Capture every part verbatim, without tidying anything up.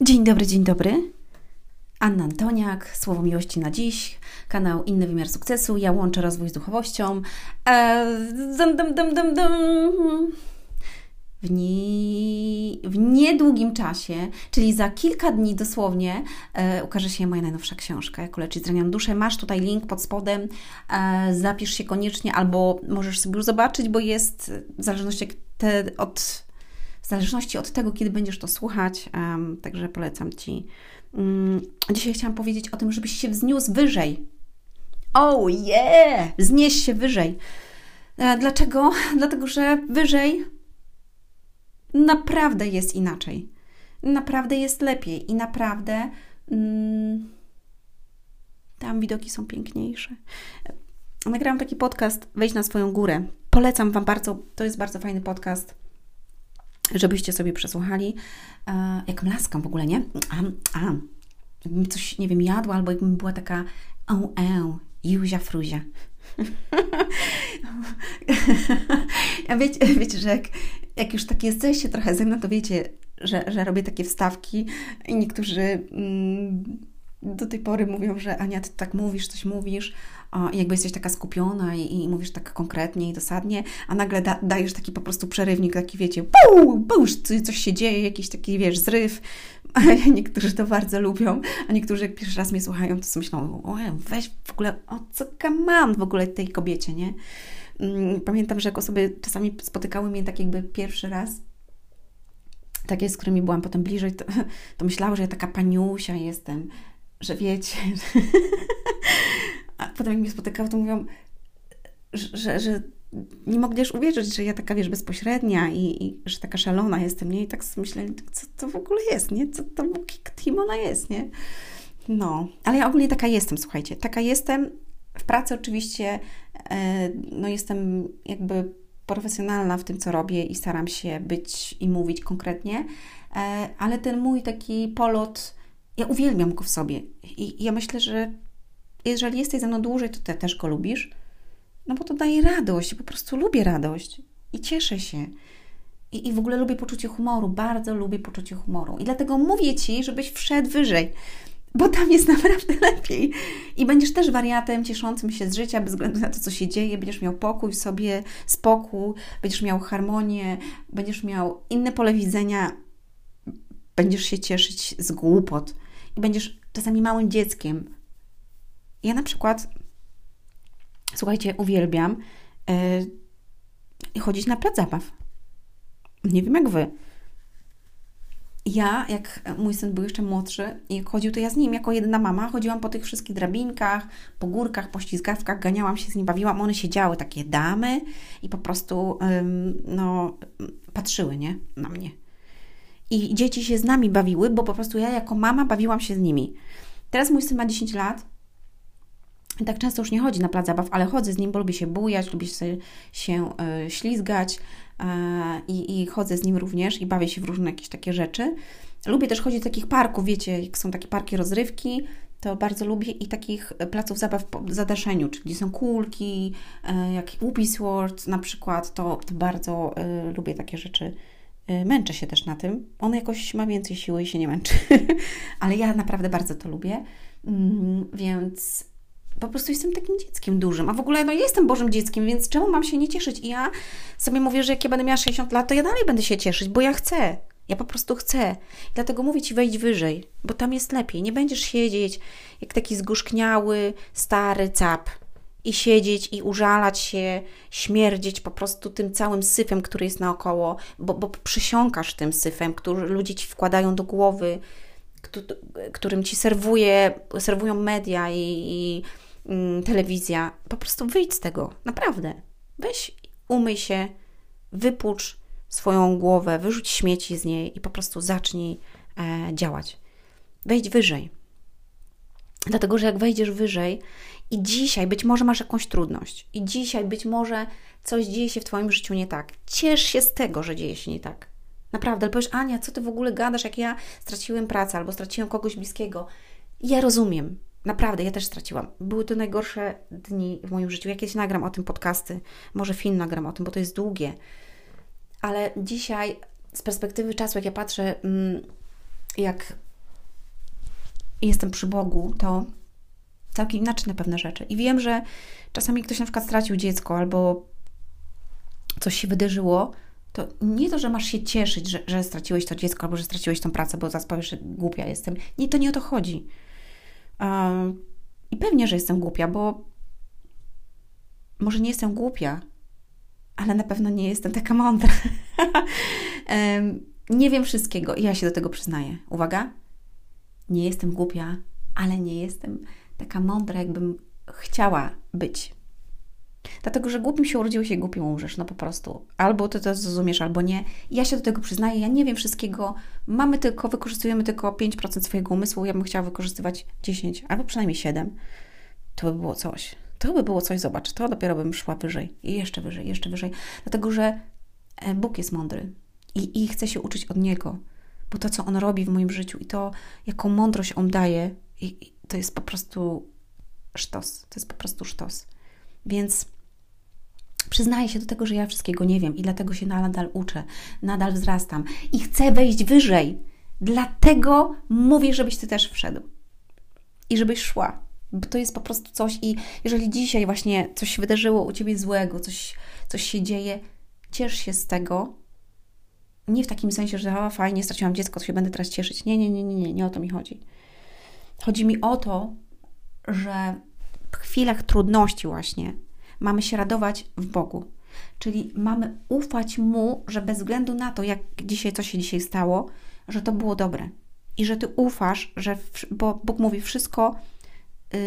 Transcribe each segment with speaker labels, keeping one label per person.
Speaker 1: Dzień dobry, dzień dobry. Anna Antoniak, Słowo Miłości na dziś, kanał Inny Wymiar Sukcesu. Ja łączę rozwój z duchowością. Eee, dum, dum, dum, dum, dum. W, nie, w niedługim czasie, czyli za kilka dni dosłownie, e, ukaże się moja najnowsza książka, Jak uleczyć zranioną duszę. Masz tutaj link pod spodem, e, zapisz się koniecznie, albo możesz sobie już zobaczyć, bo jest w zależności te, od, w zależności od tego, kiedy będziesz to słuchać, um, także polecam Ci. Um, dzisiaj chciałam powiedzieć o tym, żebyś się wzniósł wyżej. Oh yeah! Wznieś się wyżej. E, dlaczego? Dlatego, że wyżej naprawdę jest inaczej. Naprawdę jest lepiej i naprawdę mm, tam widoki są piękniejsze. Nagrałam taki podcast Wejdź na swoją górę. Polecam Wam bardzo. To jest bardzo fajny podcast, żebyście sobie przesłuchali. E, jak mlaskam w ogóle, nie? A, a, jakbym coś, nie wiem, jadła, albo jakbym była taka o, e, Juzia Fruzia. Ja wiecie, wiecie, że jak, jak już tak jesteście trochę ze mną, to wiecie, że, że robię takie wstawki i niektórzy mm, do tej pory mówią, że Ania, ty tak mówisz, coś mówisz, o, i jakby jesteś taka skupiona i, i mówisz tak konkretnie i dosadnie, a nagle da, dajesz taki po prostu przerywnik, taki wiecie, puu, puu, coś się dzieje, jakiś taki, wiesz, zryw. A niektórzy to bardzo lubią, a niektórzy jak pierwszy raz mnie słuchają, to sobie myślą, o, weź w ogóle, o co mam w ogóle tej kobiecie, nie? Pamiętam, że jak osoby czasami spotykały mnie tak jakby pierwszy raz, takie, z którymi byłam potem bliżej, to, to myślały, że ja taka paniusia jestem, że wiecie, a potem jak mnie spotykały, to mówią, że, że, że nie mogliś uwierzyć, że ja taka, wiesz, bezpośrednia i, i że taka szalona jestem, nie? I tak myślę, co to w ogóle jest, nie? Co to, kim ona jest, nie? No, ale ja ogólnie taka jestem, słuchajcie, taka jestem. W pracy oczywiście, e, no jestem jakby profesjonalna w tym, co robię i staram się być i mówić konkretnie, e, ale ten mój taki polot, ja uwielbiam go w sobie i, i ja myślę, że jeżeli jesteś ze mną dłużej, to ty też go lubisz, no bo to daje radość, po prostu lubię radość i cieszę się. I, I w ogóle lubię poczucie humoru, bardzo lubię poczucie humoru. I dlatego mówię Ci, żebyś wszedł wyżej, bo tam jest naprawdę lepiej. I będziesz też wariatem cieszącym się z życia, bez względu na to, co się dzieje. Będziesz miał pokój w sobie, spokój, będziesz miał harmonię, będziesz miał inne pole widzenia, będziesz się cieszyć z głupot i będziesz czasami małym dzieckiem. Ja na przykład, słuchajcie, uwielbiam yy, chodzić na plac zabaw. Nie wiem jak Wy. Ja, jak mój syn był jeszcze młodszy i jak chodził, to ja z nim jako jedyna mama chodziłam po tych wszystkich drabinkach, po górkach, po ślizgawkach, ganiałam się z nim, bawiłam. One siedziały, takie damy i po prostu ym, no, patrzyły, nie? Na mnie. I dzieci się z nami bawiły, bo po prostu ja jako mama bawiłam się z nimi. Teraz mój syn ma dziesięć lat. I tak często już nie chodzi na plac zabaw, ale chodzę z nim, bo lubię się bujać, lubię się, się y, ślizgać y, i chodzę z nim również i bawię się w różne jakieś takie rzeczy. Lubię też chodzić do takich parków, wiecie, jak są takie parki rozrywki, to bardzo lubię i takich placów zabaw po zadaszeniu, czyli gdzie są kulki, y, jak Whoopi Sword na przykład, to, to bardzo y, lubię takie rzeczy. Y, męczę się też na tym. On jakoś ma więcej siły i się nie męczy, ale ja naprawdę bardzo to lubię, y, więc po prostu jestem takim dzieckiem dużym, a w ogóle no jestem Bożym dzieckiem, więc czemu mam się nie cieszyć? I ja sobie mówię, że jak ja będę miała sześćdziesiąt lat, to ja dalej będę się cieszyć, bo ja chcę. Ja po prostu chcę. I dlatego mówię Ci, wejdź wyżej, bo tam jest lepiej. Nie będziesz siedzieć jak taki zgorzkniały, stary cap i siedzieć i użalać się, śmierdzieć po prostu tym całym syfem, który jest naokoło, bo, bo przysiąkasz tym syfem, który ludzie Ci wkładają do głowy, którym Ci serwuje, serwują media i, i telewizja. Po prostu wyjdź z tego. Naprawdę. Weź, umyj się, wypucz swoją głowę, wyrzuć śmieci z niej i po prostu zacznij e, działać. Wejdź wyżej. Dlatego, że jak wejdziesz wyżej i dzisiaj być może masz jakąś trudność i dzisiaj być może coś dzieje się w Twoim życiu nie tak. Ciesz się z tego, że dzieje się nie tak. Naprawdę. Ale powiesz, Ania, co Ty w ogóle gadasz, jak ja straciłem pracę albo straciłem kogoś bliskiego. Ja rozumiem. Naprawdę, ja też straciłam. Były to najgorsze dni w moim życiu. Ja kiedyś nagram o tym podcasty, może film nagram o tym, bo to jest długie. Ale dzisiaj z perspektywy czasu, jak ja patrzę, jak i jestem przy Bogu, to całkiem inaczej na pewne rzeczy. I wiem, że czasami ktoś na przykład stracił dziecko albo coś się wydarzyło, to nie to, że masz się cieszyć, że, że straciłeś to dziecko albo że straciłeś tą pracę, bo zaraz powiesz, że głupia jestem. Nie, to nie o to chodzi. Um, I pewnie, że jestem głupia, bo może nie jestem głupia, ale na pewno nie jestem taka mądra. um, nie wiem wszystkiego i ja się do tego przyznaję. Uwaga, nie jestem głupia, ale nie jestem taka mądra, jakbym chciała być. Dlatego, że głupim się urodziłeś i głupim umrzesz, no po prostu. Albo ty to zrozumiesz, albo nie. Ja się do tego przyznaję, ja nie wiem wszystkiego. Mamy tylko, wykorzystujemy tylko pięć procent swojego umysłu, ja bym chciała wykorzystywać dziesięć, albo przynajmniej siedem. To by było coś. To by było coś, zobacz, to dopiero bym szła wyżej. I jeszcze wyżej, jeszcze wyżej. Dlatego, że Bóg jest mądry i, i chcę się uczyć od Niego. Bo to, co On robi w moim życiu i to, jaką mądrość On daje, i, i to jest po prostu sztos. To jest po prostu sztos. Więc przyznaję się do tego, że ja wszystkiego nie wiem i dlatego się nadal uczę, nadal wzrastam i chcę wejść wyżej. Dlatego mówię, żebyś Ty też wszedł i żebyś szła, bo to jest po prostu coś i jeżeli dzisiaj właśnie coś się wydarzyło u Ciebie złego, coś, coś się dzieje, ciesz się z tego. Nie w takim sensie, że o, fajnie, straciłam dziecko, to się będę teraz cieszyć. Nie, nie, nie, nie, nie, nie o to mi chodzi. Chodzi mi o to, że w chwilach trudności właśnie mamy się radować w Bogu. Czyli mamy ufać Mu, że bez względu na to, jak dzisiaj, co się dzisiaj stało, że to było dobre. I że Ty ufasz, że, bo Bóg mówi wszystko, yy,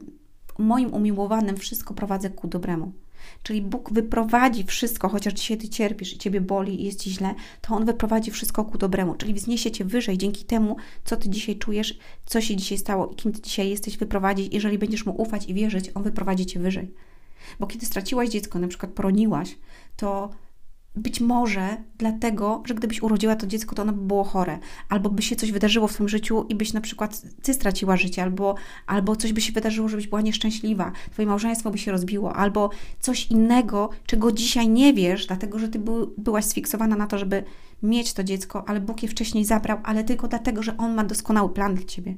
Speaker 1: moim umiłowanym wszystko prowadzę ku dobremu. Czyli Bóg wyprowadzi wszystko, chociaż dzisiaj Ty cierpisz i Ciebie boli i jest Ci źle, to On wyprowadzi wszystko ku dobremu. Czyli wzniesie Cię wyżej dzięki temu, co Ty dzisiaj czujesz, co się dzisiaj stało i kim Ty dzisiaj jesteś, wyprowadzi. Jeżeli będziesz Mu ufać i wierzyć, On wyprowadzi Cię wyżej. Bo kiedy straciłaś dziecko, na przykład poroniłaś, to być może dlatego, że gdybyś urodziła to dziecko, to ono by było chore. Albo by się coś wydarzyło w Twoim życiu i byś na przykład Ty straciła życie, albo, albo coś by się wydarzyło, żebyś była nieszczęśliwa. Twoje małżeństwo by się rozbiło, albo coś innego, czego dzisiaj nie wiesz, dlatego, że Ty był, byłaś sfiksowana na to, żeby mieć to dziecko, ale Bóg je wcześniej zabrał, ale tylko dlatego, że On ma doskonały plan dla Ciebie.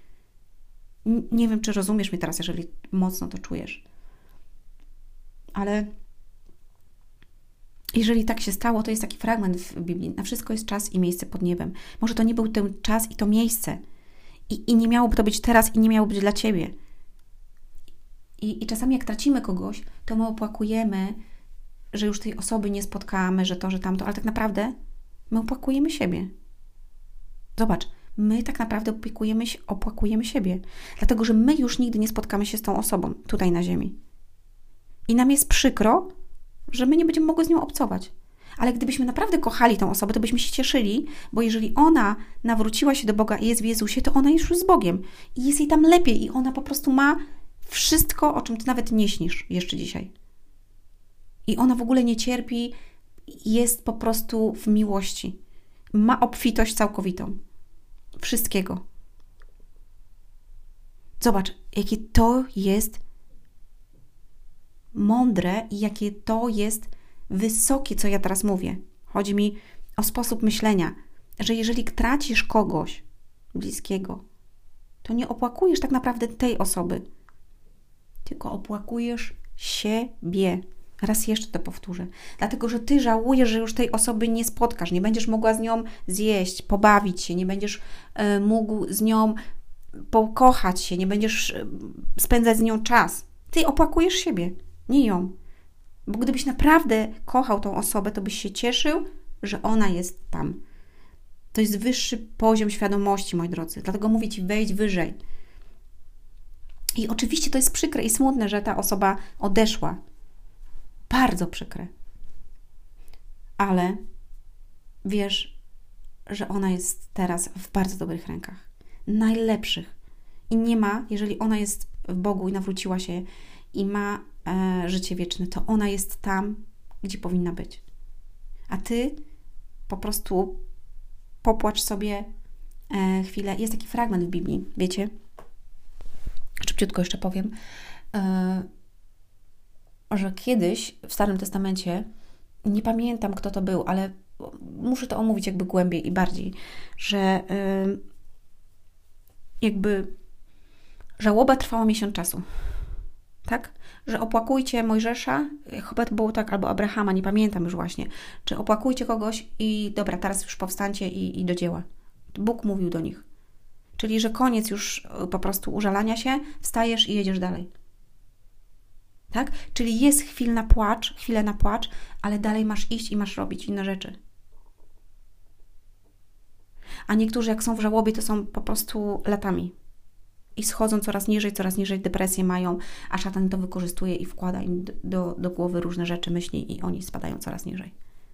Speaker 1: Nie wiem, czy rozumiesz mnie teraz, jeżeli mocno to czujesz. Ale jeżeli tak się stało, to jest taki fragment w Biblii. Na wszystko jest czas i miejsce pod niebem. Może to nie był ten czas i to miejsce. I, i nie miałoby to być teraz i nie miało być dla Ciebie. I, I czasami jak tracimy kogoś, to my opłakujemy, że już tej osoby nie spotkamy, że to, że tamto, ale tak naprawdę my opłakujemy siebie. Zobacz, my tak naprawdę opiekujemy, opłakujemy siebie. Dlatego, że my już nigdy nie spotkamy się z tą osobą tutaj na ziemi. I nam jest przykro, że my nie będziemy mogły z nią obcować. Ale gdybyśmy naprawdę kochali tą osobę, to byśmy się cieszyli, bo jeżeli ona nawróciła się do Boga i jest w Jezusie, to ona jest już z Bogiem. I jest jej tam lepiej i ona po prostu ma wszystko, o czym Ty nawet nie śnisz jeszcze dzisiaj. I ona w ogóle nie cierpi, jest po prostu w miłości. Ma obfitość całkowitą. Wszystkiego. Zobacz, jakie to jest mądre i jakie to jest wysokie, co ja teraz mówię. Chodzi mi o sposób myślenia, że jeżeli tracisz kogoś bliskiego, to nie opłakujesz tak naprawdę tej osoby, tylko opłakujesz siebie. Raz jeszcze to powtórzę. Dlatego, że Ty żałujesz, że już tej osoby nie spotkasz, nie będziesz mogła z nią zjeść, pobawić się, nie będziesz y, mógł z nią pokochać się, nie będziesz y, spędzać z nią czas. Ty opłakujesz siebie, nie ją. Bo gdybyś naprawdę kochał tą osobę, to byś się cieszył, że ona jest tam. To jest wyższy poziom świadomości, moi drodzy. Dlatego mówię Ci, wejdź wyżej. I oczywiście to jest przykre i smutne, że ta osoba odeszła. Bardzo przykre. Ale wiesz, że ona jest teraz w bardzo dobrych rękach. Najlepszych. I nie ma, jeżeli ona jest w Bogu i nawróciła się i ma e, życie wieczne, to ona jest tam, gdzie powinna być. A Ty po prostu popłacz sobie e, chwilę. Jest taki fragment w Biblii, wiecie? Szybciutko jeszcze powiem, e, że kiedyś w Starym Testamencie, nie pamiętam kto to był, ale muszę to omówić jakby głębiej i bardziej, że y, jakby żałoba trwała miesiąc czasu. Tak? Że opłakujcie Mojżesza, chyba to było tak, albo Abrahama, nie pamiętam już właśnie, czy opłakujcie kogoś i dobra, teraz już powstańcie i, i do dzieła. Bóg mówił do nich. Czyli, że koniec już po prostu użalania się, wstajesz i jedziesz dalej. Tak? Czyli jest chwil na płacz, chwilę na płacz, ale dalej masz iść i masz robić inne rzeczy. A niektórzy jak są w żałobie, to są po prostu latami. I schodzą coraz niżej, coraz niżej, depresję mają, a szatan to wykorzystuje i wkłada im do, do głowy różne rzeczy, myśli i oni spadają coraz niżej.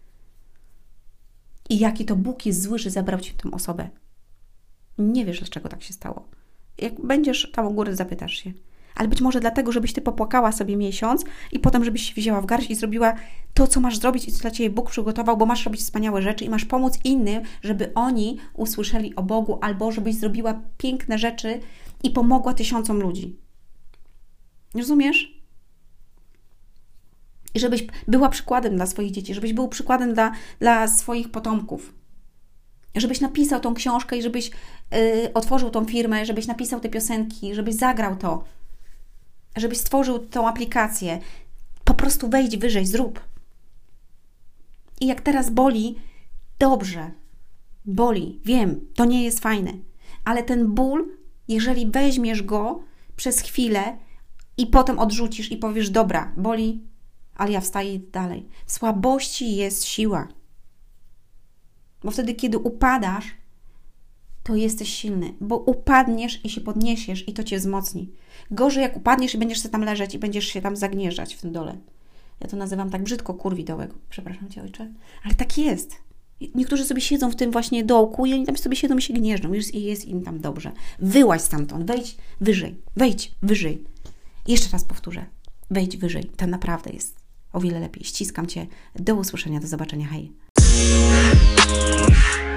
Speaker 1: I jaki to Bóg jest zły, że zabrał Ci tę osobę. Nie wiesz, dlaczego tak się stało. Jak będziesz tam u góry, zapytasz się. Ale być może dlatego, żebyś Ty popłakała sobie miesiąc i potem, żebyś się wzięła w garść i zrobiła to, co masz zrobić i co dla Ciebie Bóg przygotował, bo masz robić wspaniałe rzeczy i masz pomóc innym, żeby oni usłyszeli o Bogu, albo żebyś zrobiła piękne rzeczy i pomogła tysiącom ludzi. Rozumiesz? I żebyś była przykładem dla swoich dzieci, żebyś był przykładem dla, dla swoich potomków. Żebyś napisał tą książkę i żebyś yy, otworzył tą firmę, żebyś napisał te piosenki, żebyś zagrał to, żebyś stworzył tą aplikację. Po prostu wejdź wyżej, zrób. I jak teraz boli, dobrze, boli, wiem, to nie jest fajne, ale ten ból, jeżeli weźmiesz go przez chwilę i potem odrzucisz i powiesz, dobra, boli, ale ja wstaję dalej. W słabości jest siła. Bo wtedy, kiedy upadasz, to jesteś silny, bo upadniesz i się podniesiesz i to Cię wzmocni. Gorzej jak upadniesz i będziesz sobie tam leżeć i będziesz się tam zagnieżdżać w tym dole. Ja to nazywam tak brzydko kurwi dołek. Przepraszam Cię, ojcze. Ale tak jest. Niektórzy sobie siedzą w tym właśnie dołku i oni tam sobie siedzą i się gnieżdżą i jest im tam dobrze. Wyłaź stamtąd, wejdź wyżej, wejdź wyżej. Jeszcze raz powtórzę, wejdź wyżej. To naprawdę jest o wiele lepiej. Ściskam Cię. Do usłyszenia, do zobaczenia. Hej.